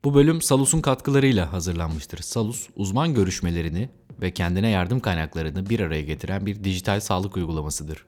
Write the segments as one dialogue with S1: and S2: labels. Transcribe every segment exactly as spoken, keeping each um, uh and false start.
S1: Bu bölüm Salus'un katkılarıyla hazırlanmıştır. Salus, uzman görüşmelerini ve kendine yardım kaynaklarını bir araya getiren bir dijital sağlık uygulamasıdır.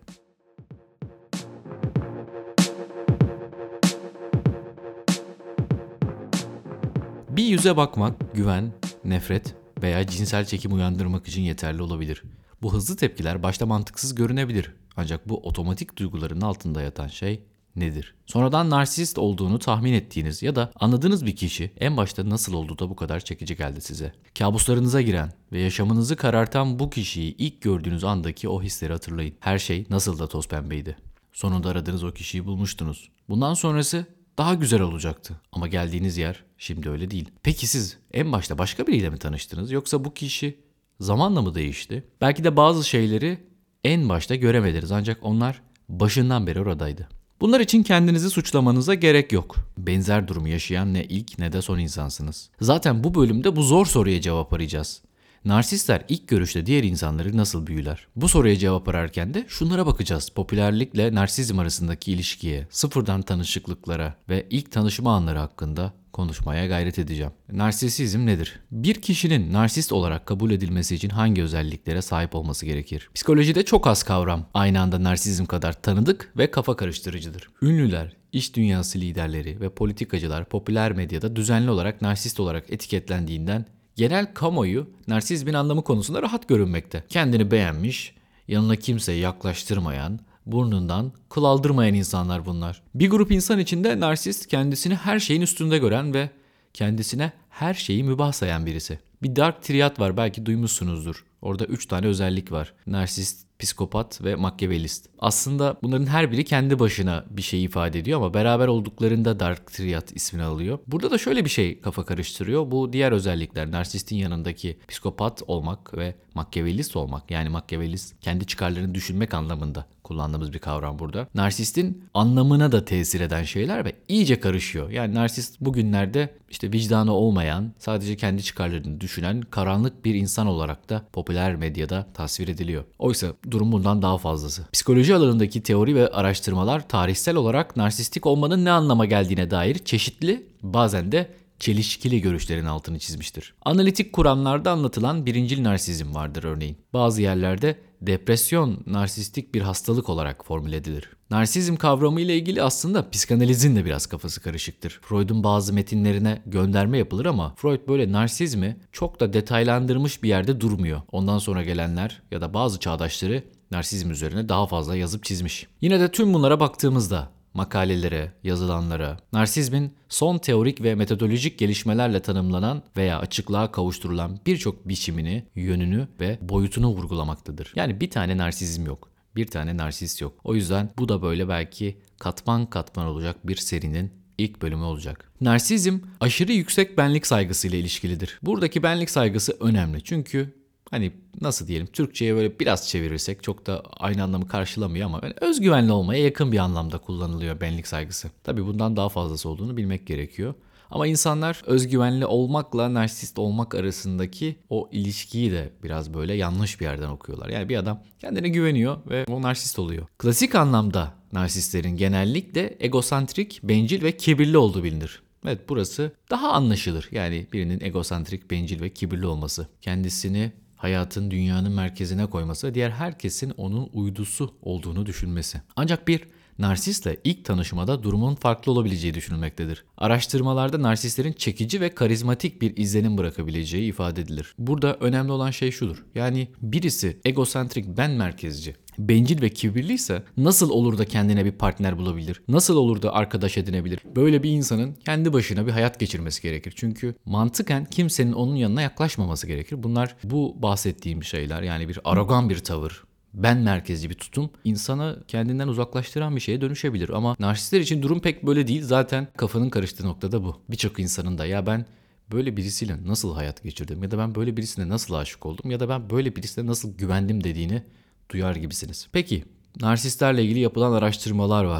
S1: Bir yüze bakmak, güven, nefret veya cinsel çekim uyandırmak için yeterli olabilir. Bu hızlı tepkiler başta mantıksız görünebilir. Ancak bu otomatik duyguların altında yatan şey nedir? Sonradan narsist olduğunu tahmin ettiğiniz ya da anladığınız bir kişi en başta nasıl oldu da bu kadar çekici geldi size? Kabuslarınıza giren ve yaşamınızı karartan bu kişiyi ilk gördüğünüz andaki o hisleri hatırlayın. Her şey nasıl da toz pembeydi. Sonunda aradığınız o kişiyi bulmuştunuz. Bundan sonrası daha güzel olacaktı. Ama geldiğiniz yer şimdi öyle değil. Peki siz en başta başka biriyle mi tanıştınız yoksa bu kişi zamanla mı değişti? Belki de bazı şeyleri en başta göremediniz ancak onlar başından beri oradaydı. Bunlar için kendinizi suçlamanıza gerek yok. Benzer durumu yaşayan ne ilk ne de son insansınız. Zaten bu bölümde bu zor soruya cevap arayacağız. Narsistler ilk görüşte diğer insanları nasıl büyüler? Bu soruya cevap ararken de şunlara bakacağız. Popülerlikle narsizm arasındaki ilişkiye, sıfırdan tanışıklıklara ve ilk tanışma anları hakkında konuşmaya gayret edeceğim. Narsisizm nedir? Bir kişinin narsist olarak kabul edilmesi için hangi özelliklere sahip olması gerekir? Psikolojide çok az kavram aynı anda narsizm kadar tanıdık ve kafa karıştırıcıdır. Ünlüler, iş dünyası liderleri ve politikacılar popüler medyada düzenli olarak narsist olarak etiketlendiğinden genel kamuoyu narsizmin anlamı konusunda rahat görünmekte. Kendini beğenmiş, yanına kimseyi yaklaştırmayan, burnundan kıl aldırmayan insanlar bunlar. Bir grup insan içinde narsist kendisini her şeyin üstünde gören ve kendisine her şeyi mübah sayan birisi. Bir Dark Triad var, belki duymuşsunuzdur. Orada üç tane özellik var. Narsist, psikopat ve makyavelist. Aslında bunların her biri kendi başına bir şey ifade ediyor ama beraber olduklarında Dark Triad ismini alıyor. Burada da şöyle bir şey kafa karıştırıyor. Bu diğer özellikler, narsistin yanındaki psikopat olmak ve makyavelist olmak. Yani makyavelist kendi çıkarlarını düşünmek anlamında kullandığımız bir kavram burada. Narsistin anlamına da tesir eden şeyler ve iyice karışıyor. Yani narsist bugünlerde işte vicdanı olmayan, sadece kendi çıkarlarını düşünen karanlık bir insan olarak da popüler medyada tasvir ediliyor. Oysa durum bundan daha fazlası. Psikoloji alanındaki teori ve araştırmalar tarihsel olarak narsistik olmanın ne anlama geldiğine dair çeşitli, bazen de çelişkili görüşlerin altını çizmiştir. Analitik kuramlarda anlatılan birincil narsizm vardır örneğin. Bazı yerlerde depresyon narsistik bir hastalık olarak formüle edilir. Narsizm kavramı ile ilgili aslında psikanalizin de biraz kafası karışıktır. Freud'un bazı metinlerine gönderme yapılır ama Freud böyle narsizmi çok da detaylandırmış bir yerde durmuyor. Ondan sonra gelenler ya da bazı çağdaşları narsizm üzerine daha fazla yazıp çizmiş. Yine de tüm bunlara baktığımızda makalelere, yazılanlara, narsizmin son teorik ve metodolojik gelişmelerle tanımlanan veya açıklığa kavuşturulan birçok biçimini, yönünü ve boyutunu vurgulamaktadır. Yani bir tane narsizm yok, bir tane narsist yok. O yüzden bu da böyle belki katman katman olacak bir serinin ilk bölümü olacak. Narsizm aşırı yüksek benlik saygısıyla ilişkilidir. Buradaki benlik saygısı önemli çünkü hani nasıl diyelim, Türkçe'ye böyle biraz çevirirsek çok da aynı anlamı karşılamıyor ama yani özgüvenli olmaya yakın bir anlamda kullanılıyor benlik saygısı. Tabii bundan daha fazlası olduğunu bilmek gerekiyor. Ama insanlar özgüvenli olmakla narsist olmak arasındaki o ilişkiyi de biraz böyle yanlış bir yerden okuyorlar. Yani bir adam kendine güveniyor ve o narsist oluyor. Klasik anlamda narsistlerin genellikle egosantrik, bencil ve kibirli olduğu bilinir. Evet, burası daha anlaşılır. Yani birinin egosantrik, bencil ve kibirli olması. Kendisini hayatın, dünyanın merkezine koyması ve diğer herkesin onun uydusu olduğunu düşünmesi. Ancak bir narsistle ilk tanışmada durumun farklı olabileceği düşünülmektedir. Araştırmalarda narsistlerin çekici ve karizmatik bir izlenim bırakabileceği ifade edilir. Burada önemli olan şey şudur. Yani birisi egosantrik, ben merkezci, bencil ve kibirliyse nasıl olur da kendine bir partner bulabilir? Nasıl olur da arkadaş edinebilir? Böyle bir insanın kendi başına bir hayat geçirmesi gerekir. Çünkü mantıken kimsenin onun yanına yaklaşmaması gerekir. Bunlar bu bahsettiğim şeyler, yani bir arogan bir tavır, ben merkezci bir tutum insanı kendinden uzaklaştıran bir şeye dönüşebilir. Ama narsistler için durum pek böyle değil. Zaten kafanın karıştığı noktada bu. Birçok insanın da ya ben böyle birisiyle nasıl hayat geçirdim ya da ben böyle birisine nasıl aşık oldum ya da ben böyle birisine nasıl güvendim dediğini duyar gibisiniz. Peki, narsistlerle ilgili yapılan araştırmalar var.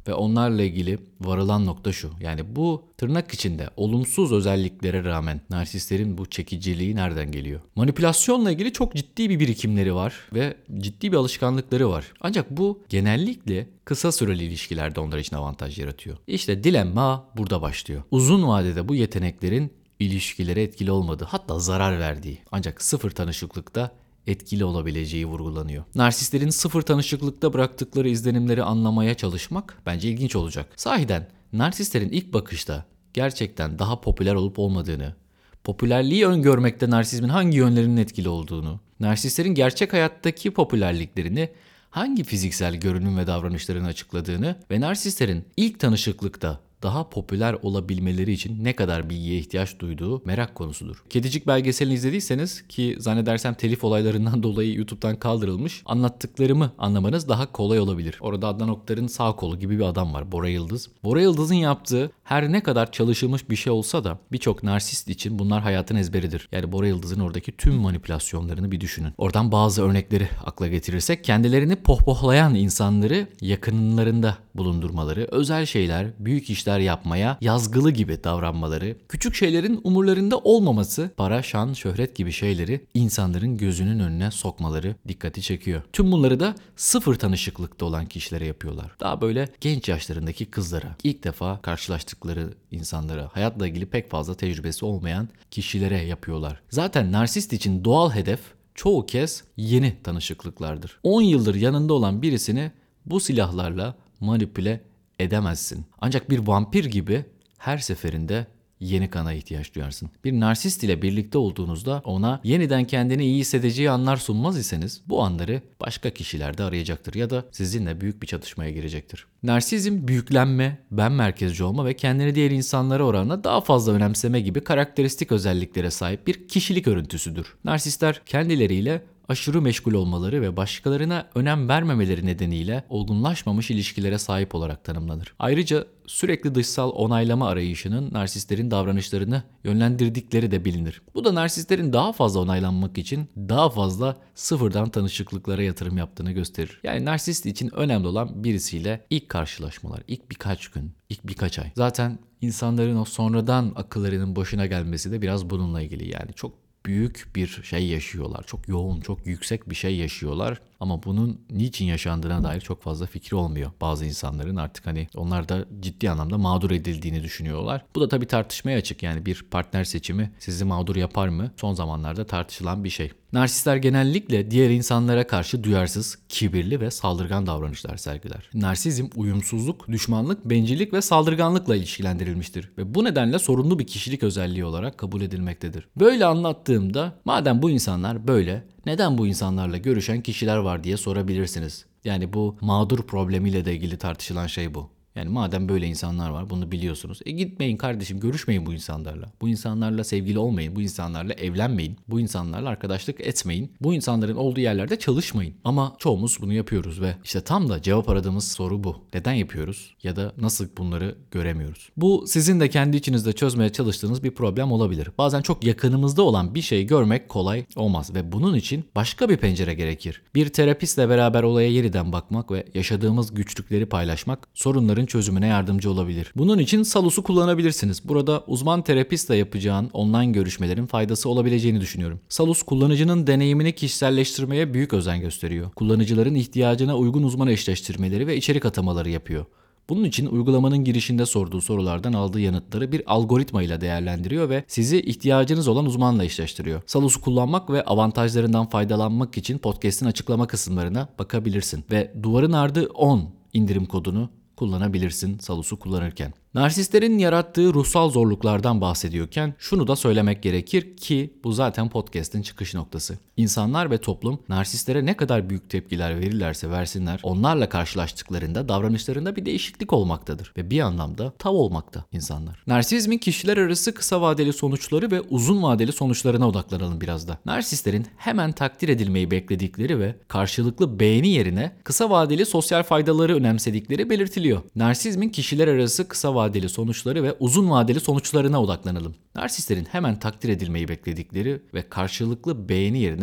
S1: Ve onlarla ilgili varılan nokta şu. Yani bu tırnak içinde olumsuz özelliklere rağmen narsistlerin bu çekiciliği nereden geliyor? Manipülasyonla ilgili çok ciddi bir birikimleri var ve ciddi bir alışkanlıkları var. Ancak bu genellikle kısa süreli ilişkilerde onlar için avantaj yaratıyor. İşte dilemma burada başlıyor. Uzun vadede bu yeteneklerin ilişkilere etkili olmadığı, hatta zarar verdiği, ancak sıfır tanışıklıkta etkili olabileceği vurgulanıyor. Narsistlerin sıfır tanışıklıkta bıraktıkları izlenimleri anlamaya çalışmak bence ilginç olacak. Sahiden narsistlerin ilk bakışta gerçekten daha popüler olup olmadığını, popülerliği öngörmekte narsizmin hangi yönlerinin etkili olduğunu, narsistlerin gerçek hayattaki popülerliklerini hangi fiziksel görünüm ve davranışlarını açıkladığını ve narsistlerin ilk tanışıklıkta daha popüler olabilmeleri için ne kadar bilgiye ihtiyaç duyduğu merak konusudur. Kedicik belgeselini izlediyseniz, ki zannedersem telif olaylarından dolayı YouTube'dan kaldırılmış, anlattıklarımı anlamanız daha kolay olabilir. Orada Adnan Oktar'ın sağ kolu gibi bir adam var, Bora Yıldız. Bora Yıldız'ın yaptığı her ne kadar çalışılmış bir şey olsa da birçok narsist için bunlar hayatın ezberidir. Yani Bora Yıldız'ın oradaki tüm manipülasyonlarını bir düşünün. Oradan bazı örnekleri akla getirirsek, kendilerini pohpohlayan insanları yakınlarında bulundurmaları, özel şeyler, büyük işler yapmaya yazgılı gibi davranmaları, küçük şeylerin umurlarında olmaması, para, şan, şöhret gibi şeyleri insanların gözünün önüne sokmaları dikkati çekiyor. Tüm bunları da sıfır tanışıklıkta olan kişilere yapıyorlar. Daha böyle genç yaşlarındaki kızlara, ilk defa karşılaştıkları insanlara, hayatla ilgili pek fazla tecrübesi olmayan kişilere yapıyorlar. Zaten narsist için doğal hedef çoğu kez yeni tanışıklıklardır. on yıldır yanında olan birisini bu silahlarla manipüle edemezsin. Ancak bir vampir gibi her seferinde yeni kana ihtiyaç duyarsın. Bir narsist ile birlikte olduğunuzda ona yeniden kendini iyi hissedeceği anlar sunmaz iseniz bu anları başka kişilerde arayacaktır ya da sizinle büyük bir çatışmaya girecektir. Narsizm, büyüklenme, ben merkezci olma ve kendini diğer insanlara oranla daha fazla önemseme gibi karakteristik özelliklere sahip bir kişilik örüntüsüdür. Narsistler kendileriyle aşırı meşgul olmaları ve başkalarına önem vermemeleri nedeniyle olgunlaşmamış ilişkilere sahip olarak tanımlanır. Ayrıca sürekli dışsal onaylama arayışının narsistlerin davranışlarını yönlendirdikleri de bilinir. Bu da narsistlerin daha fazla onaylanmak için daha fazla sıfırdan tanışıklıklara yatırım yaptığını gösterir. Yani narsist için önemli olan birisiyle ilk karşılaşmalar, ilk birkaç gün, ilk birkaç ay. Zaten insanların o sonradan akıllarının başına gelmesi de biraz bununla ilgili. Yani çok büyük bir şey yaşıyorlar. Çok yoğun, çok yüksek bir şey yaşıyorlar. Ama bunun niçin yaşandığına dair çok fazla fikri olmuyor bazı insanların. Artık hani onlar da ciddi anlamda mağdur edildiğini düşünüyorlar. Bu da tabii tartışmaya açık. Yani bir partner seçimi sizi mağdur yapar mı? Son zamanlarda tartışılan bir şey. Narsistler genellikle diğer insanlara karşı duyarsız, kibirli ve saldırgan davranışlar sergiler. Narsizm, uyumsuzluk, düşmanlık, bencillik ve saldırganlıkla ilişkilendirilmiştir ve bu nedenle sorunlu bir kişilik özelliği olarak kabul edilmektedir. Böyle anlattığımda, madem bu insanlar böyle, neden bu insanlarla görüşen kişiler var diye sorabilirsiniz. Yani bu mağdur problemiyle de ilgili tartışılan şey bu. Yani madem böyle insanlar var, bunu biliyorsunuz. E gitmeyin kardeşim, görüşmeyin bu insanlarla. Bu insanlarla sevgili olmayın. Bu insanlarla evlenmeyin. Bu insanlarla arkadaşlık etmeyin. Bu insanların olduğu yerlerde çalışmayın. Ama çoğumuz bunu yapıyoruz ve işte tam da cevap aradığımız soru bu. Neden yapıyoruz? Ya da nasıl bunları göremiyoruz? Bu sizin de kendi içinizde çözmeye çalıştığınız bir problem olabilir. Bazen çok yakınımızda olan bir şeyi görmek kolay olmaz ve bunun için başka bir pencere gerekir. Bir terapistle beraber olaya yeniden bakmak ve yaşadığımız güçlükleri paylaşmak sorunların çözümüne yardımcı olabilir. Bunun için Salus'u kullanabilirsiniz. Burada uzman terapistle yapacağın online görüşmelerin faydası olabileceğini düşünüyorum. Salus, kullanıcının deneyimini kişiselleştirmeye büyük özen gösteriyor. Kullanıcıların ihtiyacına uygun uzman eşleştirmeleri ve içerik atamaları yapıyor. Bunun için uygulamanın girişinde sorduğu sorulardan aldığı yanıtları bir algoritma ile değerlendiriyor ve sizi ihtiyacınız olan uzmanla eşleştiriyor. Salus'u kullanmak ve avantajlarından faydalanmak için podcast'in açıklama kısımlarına bakabilirsin ve Duvarın Ardı on indirim kodunu kullanabilirsin Salus'u kullanırken. Narsistlerin yarattığı ruhsal zorluklardan bahsediyorken şunu da söylemek gerekir ki bu zaten podcast'in çıkış noktası. İnsanlar ve toplum narsistlere ne kadar büyük tepkiler verirlerse versinler, onlarla karşılaştıklarında davranışlarında bir değişiklik olmaktadır ve bir anlamda tav olmakta insanlar. Narsizmin kişiler arası kısa vadeli sonuçları ve uzun vadeli sonuçlarına odaklanalım biraz da. Narsistlerin hemen takdir edilmeyi bekledikleri ve karşılıklı beğeni yerine kısa vadeli sosyal faydaları önemsedikleri belirtiliyor. Narsizmin kişiler arası kısa vadeli sonuçları ve uzun vadeli sonuçlarına odaklanalım. Narsistlerin hemen takdir edilmeyi bekledikleri ve karşılıklı beğeni yerine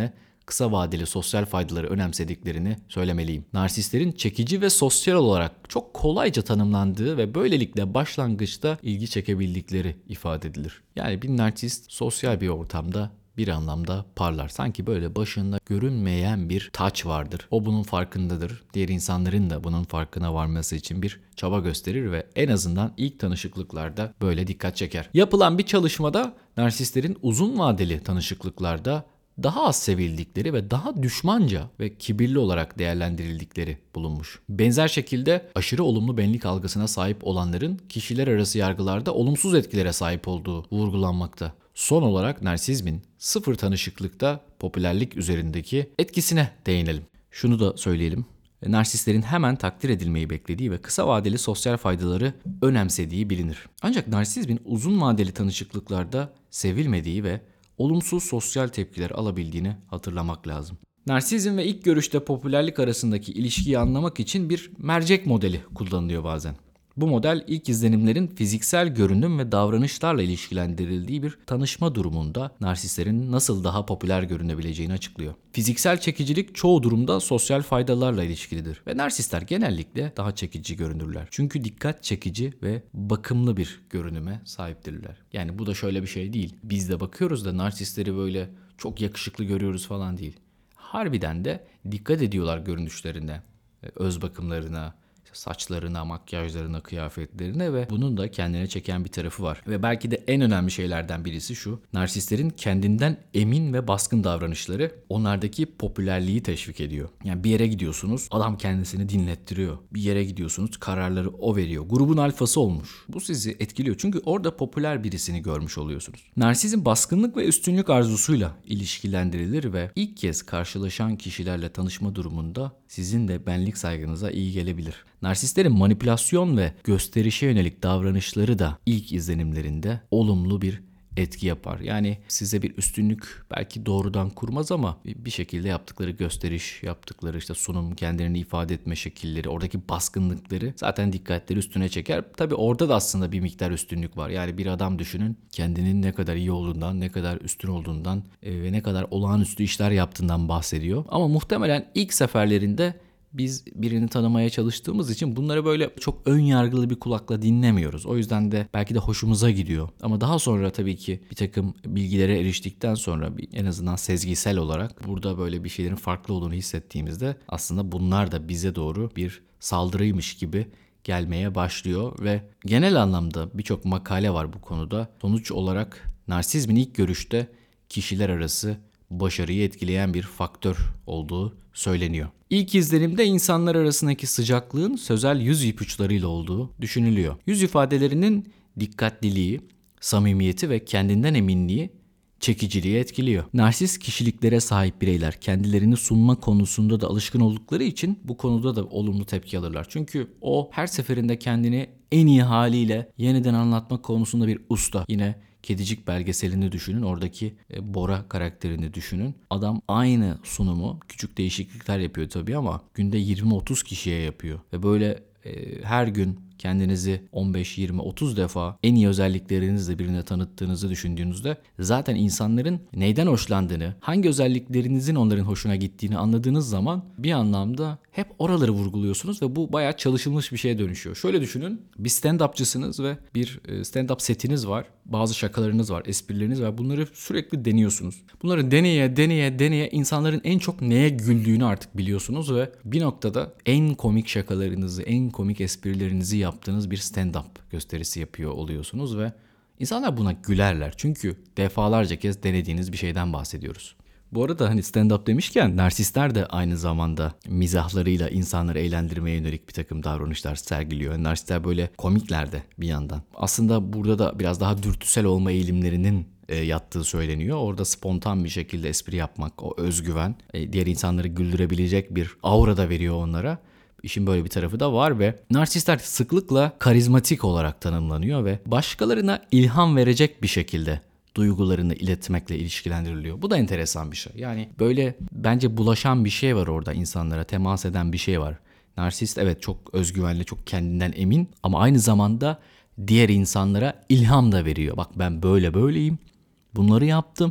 S1: kısa vadeli sosyal faydaları önemsediklerini söylemeliyim. Narsistlerin çekici ve sosyal olarak çok kolayca tanımlandığı ve böylelikle başlangıçta ilgi çekebildikleri ifade edilir. Yani bir narsist sosyal bir ortamda bir anlamda parlar. Sanki böyle başında görünmeyen bir taç vardır. O bunun farkındadır. Diğer insanların da bunun farkına varması için bir çaba gösterir ve en azından ilk tanışıklıklarda böyle dikkat çeker. Yapılan bir çalışmada narsistlerin uzun vadeli tanışıklıklarda daha az sevildikleri ve daha düşmanca ve kibirli olarak değerlendirildikleri bulunmuş. Benzer şekilde aşırı olumlu benlik algısına sahip olanların kişiler arası yargılarda olumsuz etkilere sahip olduğu vurgulanmakta. Son olarak narsizmin sıfır tanışıklıkta popülerlik üzerindeki etkisine değinelim. Şunu da söyleyelim. Narsistlerin hemen takdir edilmeyi beklediği ve kısa vadeli sosyal faydaları önemsediği bilinir. Ancak narsizmin uzun vadeli tanışıklıklarda sevilmediği ve olumsuz sosyal tepkiler alabildiğini hatırlamak lazım. Narsizm ve ilk görüşte popülerlik arasındaki ilişkiyi anlamak için bir mercek modeli kullanılıyor bazen. Bu model ilk izlenimlerin fiziksel görünüm ve davranışlarla ilişkilendirildiği bir tanışma durumunda narsistlerin nasıl daha popüler görünebileceğini açıklıyor. Fiziksel çekicilik çoğu durumda sosyal faydalarla ilişkilidir ve narsistler genellikle daha çekici görünürler. Çünkü dikkat çekici ve bakımlı bir görünüme sahiptirler. Yani bu da şöyle bir şey değil. Biz de bakıyoruz da narsistleri böyle çok yakışıklı görüyoruz falan değil. Harbiden de dikkat ediyorlar görünüşlerine, öz bakımlarına, saçlarına, makyajlarına, kıyafetlerine ve bunun da kendine çeken bir tarafı var. Ve belki de en önemli şeylerden birisi şu: narsistlerin kendinden emin ve baskın davranışları onlardaki popülerliği teşvik ediyor. Yani bir yere gidiyorsunuz, adam kendisini dinlettiriyor. Bir yere gidiyorsunuz, kararları o veriyor. Grubun alfası olmuş. Bu sizi etkiliyor çünkü orada popüler birisini görmüş oluyorsunuz. Narsizm baskınlık ve üstünlük arzusuyla ilişkilendirilir ve ilk kez karşılaşan kişilerle tanışma durumunda sizin de benlik saygınıza iyi gelebilir. Narsistlerin manipülasyon ve gösterişe yönelik davranışları da ilk izlenimlerinde olumlu bir etki yapar. Yani size bir üstünlük belki doğrudan kurmaz ama bir şekilde yaptıkları gösteriş, yaptıkları işte sunum, kendilerini ifade etme şekilleri, oradaki baskınlıkları zaten dikkatleri üstüne çeker. Tabii orada da aslında bir miktar üstünlük var. Yani bir adam düşünün, kendinin ne kadar iyi olduğundan, ne kadar üstün olduğundan ve ne kadar olağanüstü işler yaptığından bahsediyor. Ama muhtemelen ilk seferlerinde biz birini tanımaya çalıştığımız için bunları böyle çok ön yargılı bir kulakla dinlemiyoruz. O yüzden de belki de hoşumuza gidiyor. Ama daha sonra tabii ki bir takım bilgilere eriştikten sonra en azından sezgisel olarak burada böyle bir şeylerin farklı olduğunu hissettiğimizde aslında bunlar da bize doğru bir saldırıymış gibi gelmeye başlıyor ve genel anlamda birçok makale var bu konuda. Sonuç olarak narsizmin ilk görüşte kişiler arası başarıyı etkileyen bir faktör olduğu söyleniyor. İlk izlenimde insanlar arasındaki sıcaklığın sözel yüz ipuçlarıyla olduğu düşünülüyor. Yüz ifadelerinin dikkatliliği, samimiyeti ve kendinden eminliği çekiciliği etkiliyor. Narsist kişiliklere sahip bireyler kendilerini sunma konusunda da alışkın oldukları için bu konuda da olumlu tepki alırlar. Çünkü o her seferinde kendini en iyi haliyle yeniden anlatma konusunda bir usta. Yine Kedicik belgeselini düşünün. Oradaki Bora karakterini düşünün. Adam aynı sunumu küçük değişiklikler yapıyor tabii ama günde yirmi otuz kişiye yapıyor. Ve böyle e, her gün kendinizi on beş, yirmi, otuz defa en iyi özelliklerinizle birine tanıttığınızı düşündüğünüzde zaten insanların neyden hoşlandığını, hangi özelliklerinizin onların hoşuna gittiğini anladığınız zaman bir anlamda hep oraları vurguluyorsunuz ve bu bayağı çalışılmış bir şeye dönüşüyor. Şöyle düşünün, bir stand-upçısınız ve bir stand-up setiniz var. Bazı şakalarınız var, esprileriniz var. Bunları sürekli deniyorsunuz. Bunları deneye deneye deneye insanların en çok neye güldüğünü artık biliyorsunuz ve bir noktada en komik şakalarınızı, en komik esprilerinizi yaptığınız bir stand-up gösterisi yapıyor oluyorsunuz ve insanlar buna gülerler. Çünkü defalarca kez denediğiniz bir şeyden bahsediyoruz. Bu arada hani stand-up demişken narsistler de aynı zamanda mizahlarıyla insanları eğlendirmeye yönelik bir takım davranışlar sergiliyor. Narsistler böyle komikler de bir yandan. Aslında burada da biraz daha dürtüsel olma eğilimlerinin e, yattığı söyleniyor. Orada spontan bir şekilde espri yapmak, o özgüven, e, diğer insanları güldürebilecek bir aura da veriyor onlara. İşin böyle bir tarafı da var ve narsistler sıklıkla karizmatik olarak tanımlanıyor ve başkalarına ilham verecek bir şekilde duygularını iletmekle ilişkilendiriliyor. Bu da enteresan bir şey. Yani böyle bence bulaşan bir şey var orada, insanlara temas eden bir şey var. Narsist evet çok özgüvenli, çok kendinden emin ama aynı zamanda diğer insanlara ilham da veriyor. Bak ben böyle böyleyim, bunları yaptım,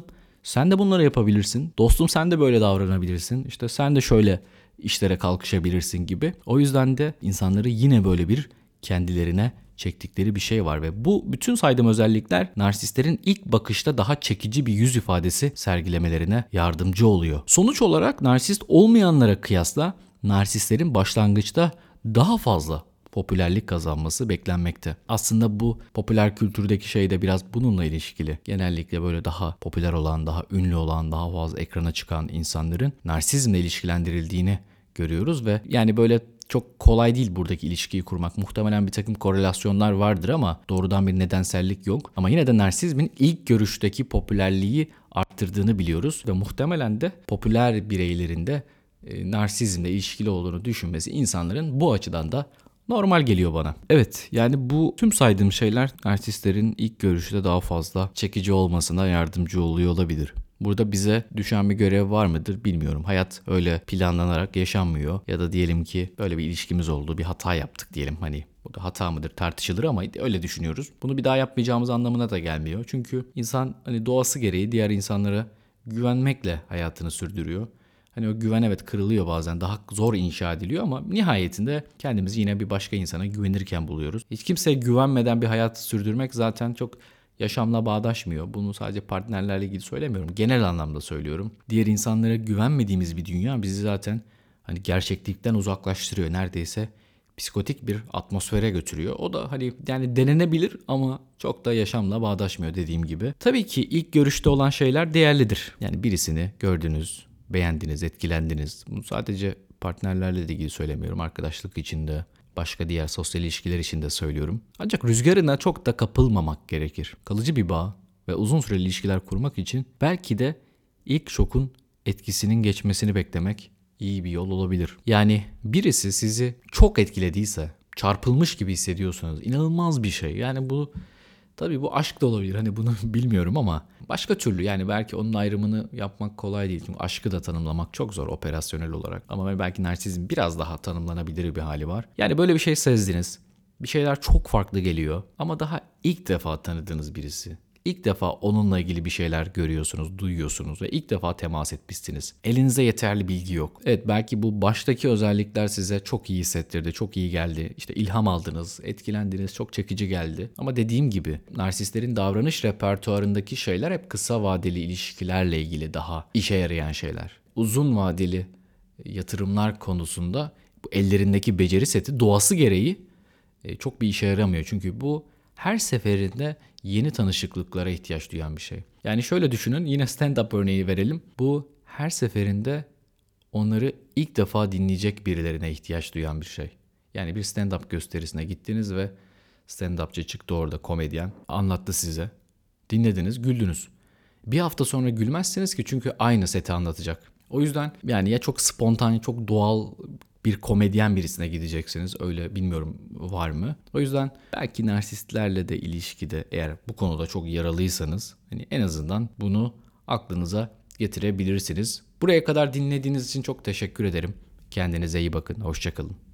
S1: Sen de bunları yapabilirsin. Dostum sen de böyle davranabilirsin. İşte sen de şöyle işlere kalkışabilirsin gibi. O yüzden de insanları yine böyle bir kendilerine çektikleri bir şey var ve bu bütün saydığım özellikler narsistlerin ilk bakışta daha çekici bir yüz ifadesi sergilemelerine yardımcı oluyor. Sonuç olarak narsist olmayanlara kıyasla narsistlerin başlangıçta daha fazla popülerlik kazanması beklenmekte. Aslında bu popüler kültürdeki şey de biraz bununla ilişkili. Genellikle böyle daha popüler olan, daha ünlü olan, daha fazla ekrana çıkan insanların narsizmle ilişkilendirildiğini görüyoruz ve yani böyle çok kolay değil buradaki ilişkiyi kurmak. Muhtemelen bir takım korelasyonlar vardır ama doğrudan bir nedensellik yok. Ama yine de narsizmin ilk görüşteki popülerliği arttırdığını biliyoruz ve muhtemelen de popüler bireylerin de e, narsizmle ilişkili olduğunu düşünmesi insanların bu açıdan da normal geliyor bana. Evet, yani bu tüm saydığım şeyler narsistlerin ilk görüşte daha fazla çekici olmasına yardımcı oluyor olabilir. Burada bize düşen bir görev var mıdır bilmiyorum. Hayat öyle planlanarak yaşanmıyor. Ya da diyelim ki böyle bir ilişkimiz oldu, bir hata yaptık diyelim. Hani bu da hata mıdır tartışılır ama öyle düşünüyoruz. Bunu bir daha yapmayacağımız anlamına da gelmiyor. Çünkü insan hani doğası gereği diğer insanlara güvenmekle hayatını sürdürüyor. Hani o güven evet kırılıyor bazen, daha zor inşa ediliyor ama nihayetinde kendimizi yine bir başka insana güvenirken buluyoruz. Hiç kimseye güvenmeden bir hayatı sürdürmek zaten çok yaşamla bağdaşmıyor. Bunu sadece partnerlerle ilgili söylemiyorum. Genel anlamda söylüyorum. Diğer insanlara güvenmediğimiz bir dünya bizi zaten hani gerçeklikten uzaklaştırıyor. Neredeyse psikotik bir atmosfere götürüyor. O da hani yani denenebilir ama çok da yaşamla bağdaşmıyor dediğim gibi. Tabii ki ilk görüşte olan şeyler değerlidir. Yani birisini gördünüz, beğendiniz, etkilendiniz. Bunu sadece partnerlerle de ilgili söylemiyorum. Arkadaşlık içinde, başka diğer sosyal ilişkiler için de söylüyorum. Ancak rüzgarına çok da kapılmamak gerekir. Kalıcı bir bağ ve uzun süreli ilişkiler kurmak için belki de ilk şokun etkisinin geçmesini beklemek iyi bir yol olabilir. Yani birisi sizi çok etkilediyse, çarpılmış gibi hissediyorsanız inanılmaz bir şey. Yani bu tabii bu aşk da olabilir. Hani bunu bilmiyorum ama başka türlü yani belki onun ayrımını yapmak kolay değil. Çünkü aşkı da tanımlamak çok zor operasyonel olarak. Ama belki narsizm biraz daha tanımlanabilir bir hali var. Yani böyle bir şey sezdiniz. Bir şeyler çok farklı geliyor ama daha ilk defa tanıdığınız birisi. İlk defa onunla ilgili bir şeyler görüyorsunuz, duyuyorsunuz ve ilk defa temas etmişsiniz. Elinizde yeterli bilgi yok. Evet belki bu baştaki özellikler size çok iyi hissettirdi, çok iyi geldi. İşte ilham aldınız, etkilendiniz, çok çekici geldi. Ama dediğim gibi narsistlerin davranış repertuarındaki şeyler hep kısa vadeli ilişkilerle ilgili daha işe yarayan şeyler. Uzun vadeli yatırımlar konusunda bu ellerindeki beceri seti doğası gereği çok bir işe yaramıyor. Çünkü bu her seferinde yeni tanışıklıklara ihtiyaç duyan bir şey. Yani şöyle düşünün, yine stand-up örneği verelim. Bu her seferinde onları ilk defa dinleyecek birilerine ihtiyaç duyan bir şey. Yani bir stand-up gösterisine gittiniz ve stand-upçı çıktı orada, komedyen. Anlattı size. Dinlediniz, güldünüz. Bir hafta sonra gülmezsiniz ki çünkü aynı seti anlatacak. O yüzden yani ya çok spontan, çok doğal bir komedyen birisine gideceksiniz. Öyle bilmiyorum var mı? O yüzden belki narsistlerle de ilişkide eğer bu konuda çok yaralıysanız hani en azından bunu aklınıza getirebilirsiniz. Buraya kadar dinlediğiniz için çok teşekkür ederim. Kendinize iyi bakın. Hoşça kalın.